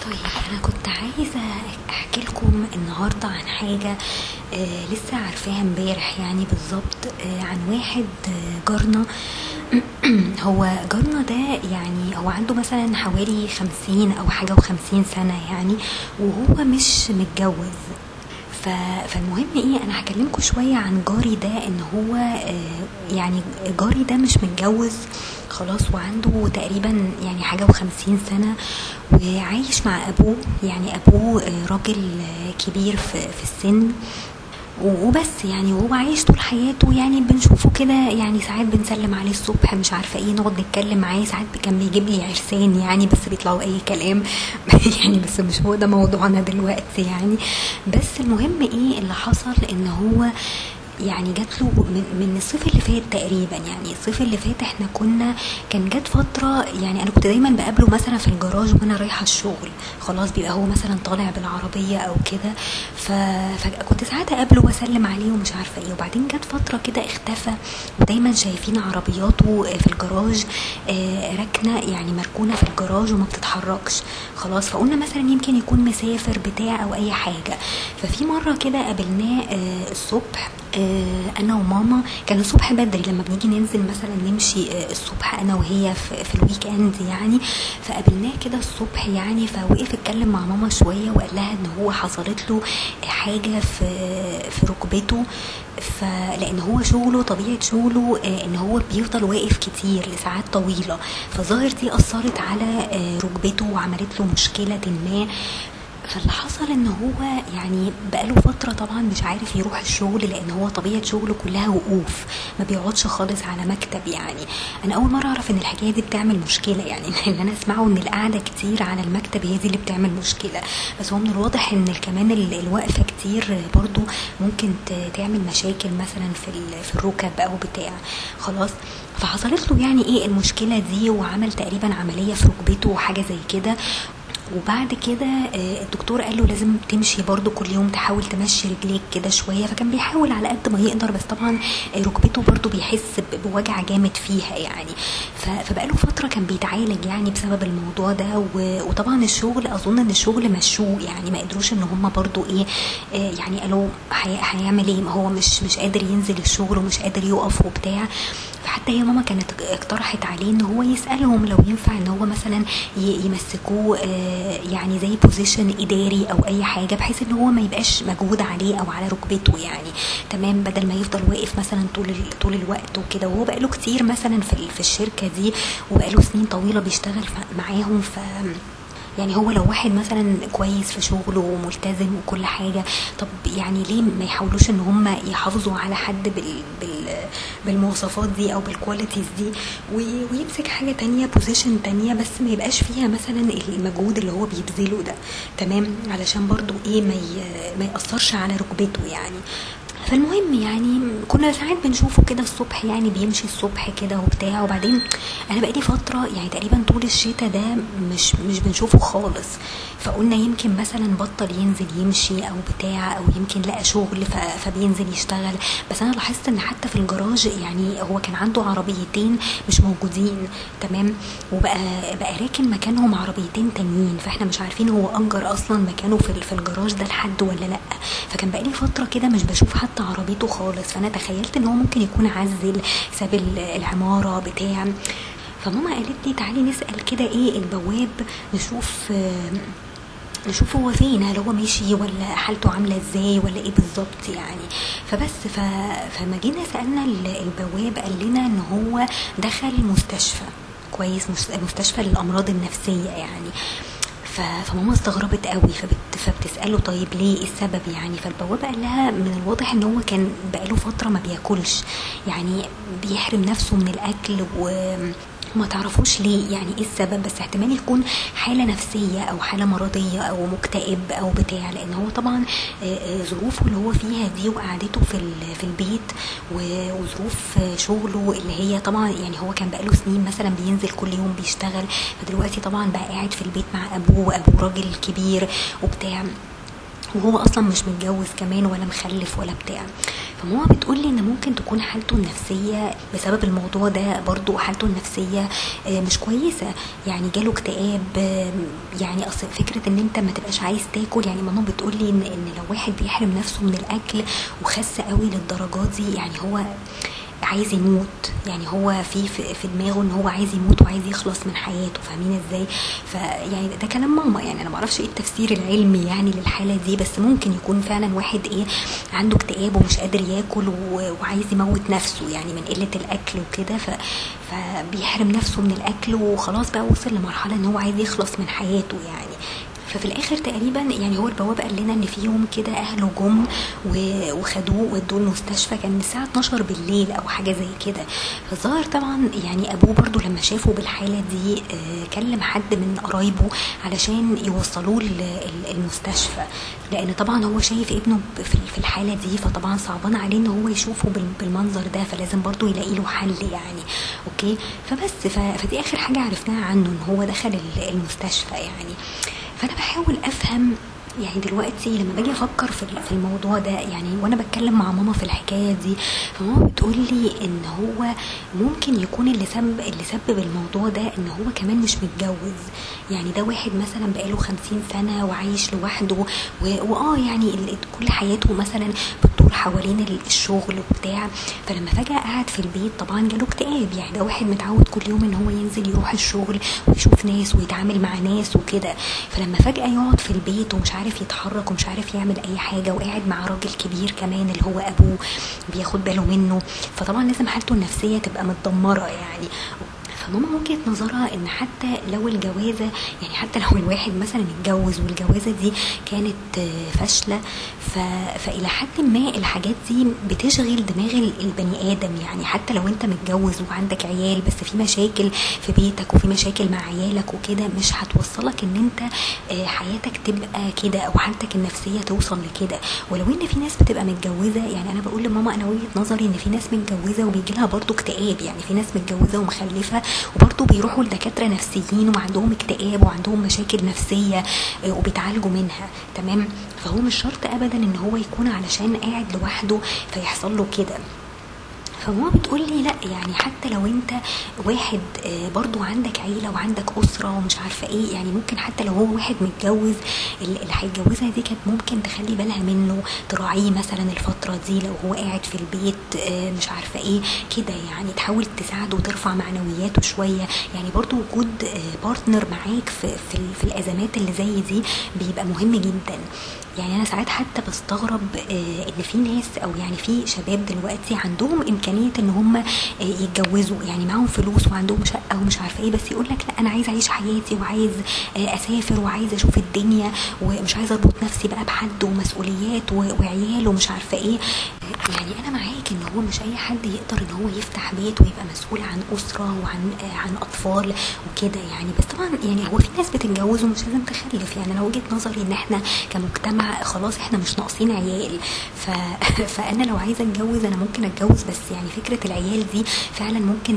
طيب، انا كنت عايزه احكي لكم النهارده عن حاجه لسه عارفاها امبارح، يعني بالظبط عن واحد جارنا. هو جارنا ده يعني هو عنده مثلا حوالي 50 او حاجه و50 سنه يعني، وهو مش متجوز. فالمهم ايه، انا هكلمكم شويه عن جاري ده، ان هو يعني جاري ده مش متجوز خلاص، وعنده تقريبا يعني حاجه و50 سنه، وعايش مع ابوه. يعني ابوه راجل كبير في السن وبس يعني، وهو عايش طول حياته. يعني بنشوفه كده، يعني ساعات بنسلم عليه الصبح، مش عارفه ايه، نقعد نتكلم معاه. ساعات كان بيجيب لي عرسان يعني، بس بيطلعوا اي كلام. يعني بس مش هو ده موضوعنا دلوقتي يعني. بس المهم ايه اللي حصل، ان هو يعني جات له من الصيف اللي فات تقريبا. يعني الصيف اللي فات احنا كان جات فتره، يعني انا كنت دايما بقابله مثلا في الجراج وانا رايحه الشغل. خلاص بيبقى هو مثلا طالع بالعربيه او كده، فكنت ساعات اقابله واسلم عليه ومش عارفه ايه. وبعدين جات فتره كده اختفى، ودايما شايفين عربياته في الجراج راكنه، يعني مركونه في الجراج وما بتتحركش. خلاص فقلنا مثلا يمكن يكون مسافر بتاع او اي حاجه. ففي مره كده قابلناه الصبح، انا وماما. كان الصبح بدري لما بنيجي ننزل مثلا نمشي الصبح انا وهي في الويك اند يعني. فقابلناه كده الصبح يعني، فوقف اتكلم مع ماما شويه وقال لها ان هو حصلت له حاجه في ركبته. فلان هو شغله، طبيعه شغله ان هو بيفضل واقف كتير لساعات طويله، فظاهر دي اثرت على ركبته وعملت له مشكله ما. فاللي حصل ان هو يعني بقاله فترة طبعا مش عارف يروح الشغل، لان هو طبيعة شغله كلها وقوف، ما بيقعدش خالص على مكتب يعني. انا اول مرة اعرف ان الحكاية دي بتعمل مشكلة يعني. اللي انا اسمعه ان القعدة كتير على المكتب هي دي اللي بتعمل مشكلة، بس هو من الواضح ان كمان الوقفة كتير برضو ممكن تعمل مشاكل مثلا في الركب او بتاع. خلاص فحصلت له يعني ايه المشكلة دي، وعمل تقريبا عملية في ركبته وحاجة زي كده. وبعد كده الدكتور قال له لازم تمشي برضو كل يوم، تحاول تمشي رجليك كده شوية. فكان بيحاول على قد ما يقدر، بس طبعا ركبته برضو بيحس بوجع جامد فيها يعني. فبقاله فترة كان بيتعالج يعني بسبب الموضوع ده. وطبعا الشغل، اظن ان الشغل مشوه يعني، ما قدروش ان هم برضو ايه يعني قالوا هيعمل ايه، ما هو مش قادر ينزل الشغل ومش قادر يقف وبتاع. فحتى هي ماما كانت اقترحت عليه ان هو يسألهم لو ينفع ان هو مثلا يمسكوه يعني زي بوزيشن اداري او اي حاجه، بحيث ان هو ما يبقاش مجهود عليه او على ركبته يعني. تمام، بدل ما يفضل واقف مثلا طول الوقت وكده. وهو بقاله كتير مثلا في الشركه دي، وبقاله سنين طويله بيشتغل معاهم. يعني هو لو واحد مثلا كويس في شغله وملتزم وكل حاجة، طب يعني ليه ما يحاولوش ان هم يحافظوا على حد بالمواصفات دي او بالكواليتيز دي، ويمسك حاجة تانية، بوزيشن تانية، بس ما يبقاش فيها مثلا المجهود اللي هو بيبذله ده. تمام، علشان برضو ايه ما يأثرش على ركبته يعني. فالمهم يعني كنا ساعات بنشوفه كده الصبح، يعني بيمشي الصبح كده وبتاع. وبعدين انا بقالي فتره يعني تقريبا طول الشتاء ده مش بنشوفه خالص. فقلنا يمكن مثلا بطل ينزل يمشي او بتاع، او يمكن لقى شغل فبينزل يشتغل. بس انا لاحظت ان حتى في الجراج، يعني هو كان عنده عربيتين مش موجودين. تمام، بقى راكن مكانهم عربيتين تانيين، فاحنا مش عارفين هو اجر اصلا مكانه في الجراج ده لحد ولا لا. فكان بقالي فتره كده مش بشوف حتى عربيته خالص. فانا تخيلت ان هو ممكن يكون عزل، ساب العماره بتاع. فماما قالت لي تعالي نسأل كده ايه البواب، نشوف هو فين، هل هو ماشي ولا حالته عامله ازاي ولا ايه بالظبط يعني. فما جينا سالنا البواب، قال لنا ان هو دخل مستشفى كويس، مستشفى للامراض النفسيه يعني. فماما استغربت قوي، فبتساله طيب ليه، ايه السبب يعني. فالبوابه قال لها من الواضح ان هو كان بقاله فتره ما بياكلش، يعني بيحرم نفسه من الاكل وما تعرفوش ليه يعني ايه السبب. بس احتمال يكون حالة نفسية او حالة مرضية او مكتئب او بتاع، لان هو طبعا ظروفه اللي هو فيها دي وقعدته في البيت، وظروف شغله اللي هي طبعا يعني هو كان بقاله سنين مثلا بينزل كل يوم بيشتغل، فدلوقتي طبعا بقى قاعد في البيت مع ابوه راجل كبير وبتاع. وهو اصلا مش متجوز كمان ولا مخلف ولا بتاع. فماما بتقولي ان ممكن تكون حالته النفسية بسبب الموضوع ده، برضو حالته النفسية مش كويسة، يعني جاله اكتئاب. يعني اصل فكرة ان انت ما تبقاش عايز تاكل، يعني ماما بتقولي ان لو واحد بيحرم نفسه من الاكل وخس قوي للدرجات دي، يعني هو عايز يموت، يعني هو في دماغه ان هو عايز يموت وعايز يخلص من حياته. فاهمين ازاي؟ فيعني ده كلام ماما، يعني انا معرفش ايه التفسير العلمي يعني للحاله دي، بس ممكن يكون فعلا واحد عنده اكتئاب ومش قادر ياكل وعايز يموت نفسه يعني من قله الاكل وكده، فبيحرم نفسه من الاكل وخلاص بقى وصل لمرحله ان هو عايز يخلص من حياته يعني. ففي الاخر تقريبا يعني هو البواب قال لنا ان في يوم كده اهله جم وخدوه ودوه المستشفى، كان الساعه 12 بالليل او حاجه زي كده. فالظاهر طبعا يعني ابوه برضو لما شافه بالحاله دي كلم حد من قرايبه علشان يوصلوه المستشفى، لان طبعا هو شايف ابنه في الحاله دي، فطبعا صعبان عليه ان هو يشوفه بالمنظر ده، فلازم برضو يلاقي له حل يعني. اوكي، فدي اخر حاجه عرفناها عنه، ان هو دخل المستشفى يعني. فانا بحاول افهم يعني دلوقتي لما باجي افكر في الموضوع ده، يعني وانا بتكلم مع ماما في الحكايه دي، فماما بتقول لي ان هو ممكن يكون اللي سبب الموضوع ده ان هو كمان مش متجوز. يعني ده واحد مثلا بقاله 50 سنه وعايش لوحده يعني كل حياته مثلا بتدور حوالين الشغل وبتاع، فلما فجاه قعد في البيت طبعا جاله اكتئاب. يعني ده واحد متعود كل يوم ان هو ينزل يروح الشغل ويشوف ناس ويتعامل مع ناس وكده، فلما فجاه يقعد في البيت ومش عارف يتحرك ومش عارف يعمل اي حاجه، وقاعد مع راجل كبير كمان اللي هو ابوه بياخد باله منه، فطبعا لازم حالته النفسيه تبقى متدمره يعني. فماما وجهة نظرها ان حتى لو الجوازة، يعني حتى لو الواحد مثلا اتجوز والجوازة دي كانت فاشلة، فإلى حد ما الحاجات دي بتشغل دماغ البني آدم. يعني حتى لو انت متجوز وعندك عيال بس في مشاكل في بيتك وفي مشاكل مع عيالك وكده، مش هتوصلك ان انت حياتك تبقى كده او حالتك النفسية توصل لكده. ولو ان في ناس بتبقى متجوزة، يعني انا بقول لماما انا وجهة نظري ان في ناس متجوزة وبيجي لها برضو اكتئاب، يعني في ناس متجوزة ومخلفة وبرضه بيروحوا لدكاتره نفسيين وعندهم اكتئاب وعندهم مشاكل نفسيه وبيتعالجوا منها. تمام، فهو مش شرط ابدا ان هو يكون علشان قاعد لوحده فيحصل له كده. فهو بتقول لي لا، يعني حتى لو انت واحد برضو عندك عيلة وعندك أسرة ومش عارفة ايه، يعني ممكن حتى لو هو واحد متجوز، اللي هيتجوزها دي كانت ممكن تخلي بالها منه، تراعيه مثلا الفترة دي لو هو قاعد في البيت مش عارفة ايه كده، يعني تحاول تساعده وترفع معنوياته شوية. يعني برضو وجود بارتنر معاك في الأزمات اللي زي دي بيبقى مهم جدا. يعني انا ساعات حتى بستغرب ان في ناس او يعني في شباب دلوقتي عندهم امكانيه ان هم يتجوزوا، يعني معاهم فلوس وعندهم شقه ومش عارفه ايه، بس يقول لك لا انا عايز اعيش حياتي وعايز اسافر وعايز اشوف الدنيا ومش عايز اربط نفسي بقى بحد ومسؤوليات وعيال ومش عارفه ايه. يعني انا معاك ان هو مش اي حد يقدر ان هو يفتح بيت ويبقى مسؤول عن اسره وعن اطفال وكده يعني. بس طبعا يعني هو في ناس بتتجوز ومش لازم تخلف. يعني انا وجهة نظري ان احنا كمجتمع خلاص احنا مش ناقصين عيال، فانا لو عايزه اتجوز انا ممكن اتجوز، بس يعني فكره العيال دي فعلا ممكن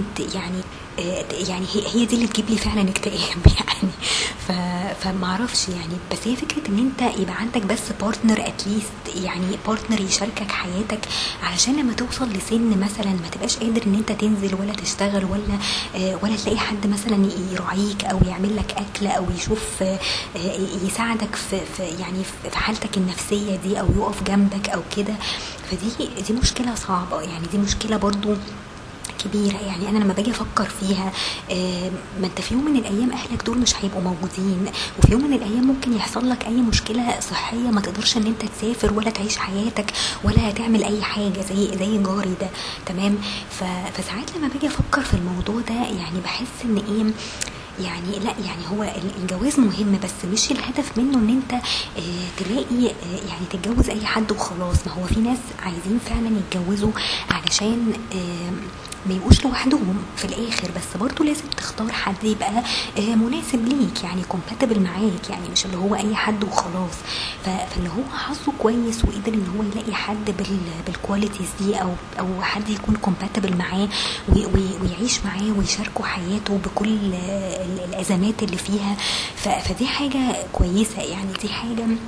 يعني هي دي اللي تجيب لي فعلا اكتئاب يعني. فما اعرفش يعني، بس هي فكره ان انت يبقى عندك بس بارتنر اتليست، يعني بارتنر يشاركك حياتك، علشان لما توصل لسن مثلا ما تبقاش قادر ان انت تنزل ولا تشتغل ولا تلاقي حد مثلا يراعيك او يعمل لك اكل او يشوف يساعدك يعني في حالتك النفسيه دي او يقف جنبك او كده. فدي مشكله صعبه، يعني دي مشكله برضو كبيرة. يعني أنا لما باجي أفكر فيها ما أنت في يوم من الأيام أهلك دول مش هيبقوا موجودين، وفي يوم من الأيام ممكن يحصل لك أي مشكلة صحية ما تقدرش أن أنت تسافر ولا تعيش حياتك ولا تعمل أي حاجة زي جاري ده. تمام، فساعات لما باجي أفكر في الموضوع ده يعني بحس إن إيه، يعني لا، يعني هو الجواز مهم بس مش الهدف منه ان انت تلاقي يعني تتجوز اي حد وخلاص. ما هو في ناس عايزين فعلا يتجوزوا علشان ما يبقوش لوحدهم في الاخر، بس برضو لازم تختار حد يبقى مناسب ليك، يعني compatible معاك، يعني مش اللي هو اي حد وخلاص. فاللي هو حظه كويس وقدر ان هو يلاقي حد بالكواليتيز دي او حد يكون compatible معاه ويعيش معاه ويشاركه حياته بكل الازمات اللي فيها، فدي حاجة كويسة. يعني دي حاجة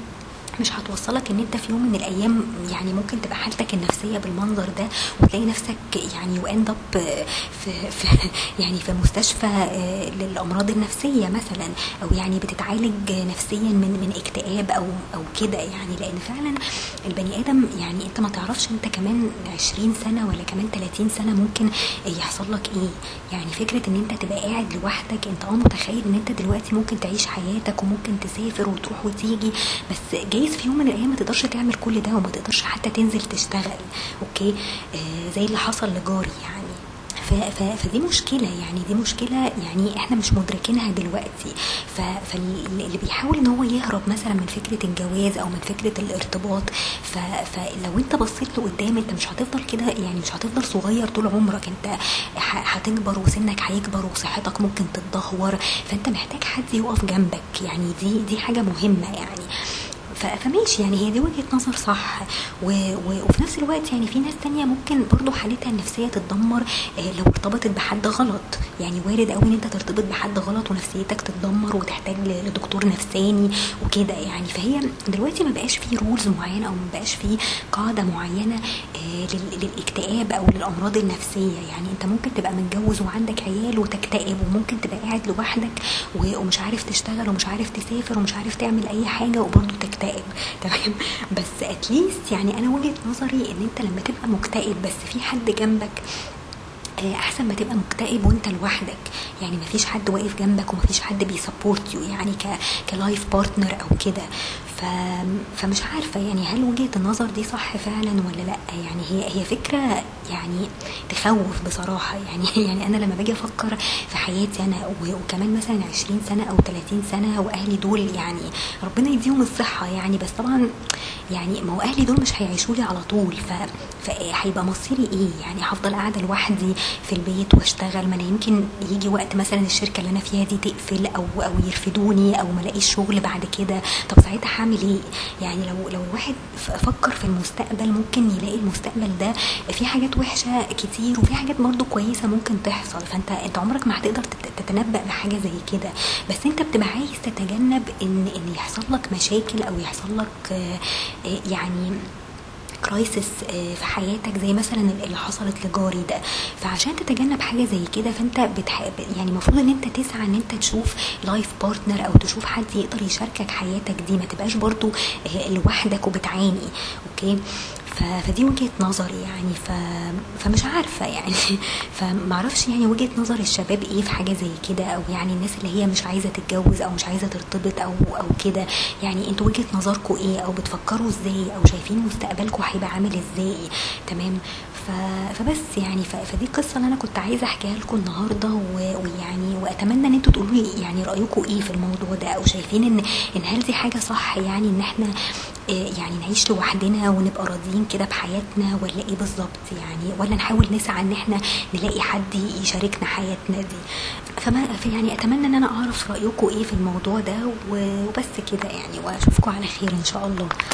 مش هتوصلك ان انت في يوم من الايام يعني ممكن تبقى حالتك النفسيه بالمنظر ده، وتلاقي نفسك يعني واند اب في يعني في مستشفى للامراض النفسيه مثلا، او يعني بتتعالج نفسيا من اكتئاب او كده يعني. لان فعلا البني ادم يعني انت ما تعرفش انت كمان 20 سنه ولا كمان 30 سنه ممكن يحصل لك ايه. يعني فكره ان انت تبقى قاعد لوحدك، انت متخيل ان انت دلوقتي ممكن تعيش حياتك وممكن تسافر وتروح وتيجي، بس جايز في يوم من الايام ما تقدرش تعمل كل ده وما تقدرش حتى تنزل تشتغل. اوكي، زي اللي حصل لجاري يعني. فدي مشكلة، يعني دي مشكلة يعني احنا مش مدركينها دلوقتي. فاللي بيحاول ان هو يهرب مثلا من فكرة الجواز او من فكرة الارتباط، فلو انت بصيت لقدام انت مش هتفضل كده، يعني مش هتفضل صغير طول عمرك، انت هتكبر وسنك هيكبر وصحتك ممكن تتدهور، فانت محتاج حد يقف جنبك. يعني دي حاجة مهمة يعني. فماشي، يعني هي دي وجهة نظر صح. وفي نفس الوقت يعني في ناس تانية ممكن برضو حالتها النفسية تتدمر لو ارتبطت بحد غلط. يعني وارد قوي ان انت ترتبط بحد غلط ونفسيتك تتدمر وتحتاج لدكتور نفساني وكده يعني. فهي دلوقتي ما بقاش في رولز معينة او ما بقاش في قاعدة معينة للاكتئاب او للامراض النفسية. يعني انت ممكن تبقى متجوز وعندك عيال وتكتئب، وممكن تبقى قاعد لوحدك ومش عارف تشتغل ومش عارف تسافر ومش عارف تعمل اي حاجة وبرضو تكتئب. تمام، بس اتليست يعني انا وجهة نظري ان انت لما تبقى مكتئب بس في حد جنبك احسن ما تبقى مكتئب وانت لوحدك. يعني مفيش حد واقف جنبك ومفيش حد بيسبورت يو يعني كلايف بارتنر او كده. فمش عارفه يعني هل وجهه النظر دي صح فعلا ولا لا. يعني هي فكره يعني تخوف بصراحه يعني. يعني انا لما باجي افكر في حياتي انا وكمان مثلا 20 سنه او 30 سنه، واهلي دول يعني ربنا يديهم الصحه يعني، بس طبعا يعني ما هو اهلي دول مش هيعيشوا لي على طول. فهيبقى مصيري ايه؟ يعني هفضل قاعده لوحدي في البيت واشتغل؟ ما انا يمكن يجي وقت مثلا الشركه اللي انا فيها دي تقفل او يرفدوني او ما الاقيش شغل بعد كده. طب ساعتها هعمل ايه؟ يعني لو الواحد فكر في المستقبل ممكن يلاقي المستقبل ده في حاجات وحشه كتير وفي حاجات برضو كويسه ممكن تحصل. فانت عمرك ما هتقدر تتنبأ بحاجه زي كده، بس انت بتبقى عايز تتجنب ان يحصل لك مشاكل او يحصل لك يعني كرايسس في حياتك زي مثلا اللي حصلت لجاري ده. فعشان تتجنب حاجه زي كده فانت يعني المفروض ان انت تسعى ان انت تشوف لايف بارتنر او تشوف حد يقدر يشاركك حياتك دي، ما تبقاش برضو لوحدك وبتعاني. اوكي، فدي وجهة نظري يعني. فمش عارفة يعني فمعرفش يعني وجهة نظر الشباب ايه في حاجة زي كده، او يعني الناس اللي هي مش عايزة تتجوز او مش عايزة ترتبط او كده. يعني انتوا وجهة نظركم ايه، او بتفكروا ازاي، او شايفين مستقبلكم هيبقى عامل ازاي؟ تمام. فبس يعني فدي القصة اللي انا كنت عايزة احكيها لكم النهاردة. ويعني واتمنى ان انتوا تقولوا لي يعني رأيكم ايه في الموضوع ده، او شايفين ان هل دي حاجة صح يعني ان احنا يعني نعيش لوحدنا ونبقى راضيين كده بحياتنا، ولا ايه بالظبط يعني؟ ولا نحاول نسعى ان احنا نلاقي حد يشاركنا حياتنا دي؟ يعني اتمنى ان انا اعرف رايكم ايه في الموضوع ده. وبس كده يعني، واشوفكم على خير ان شاء الله.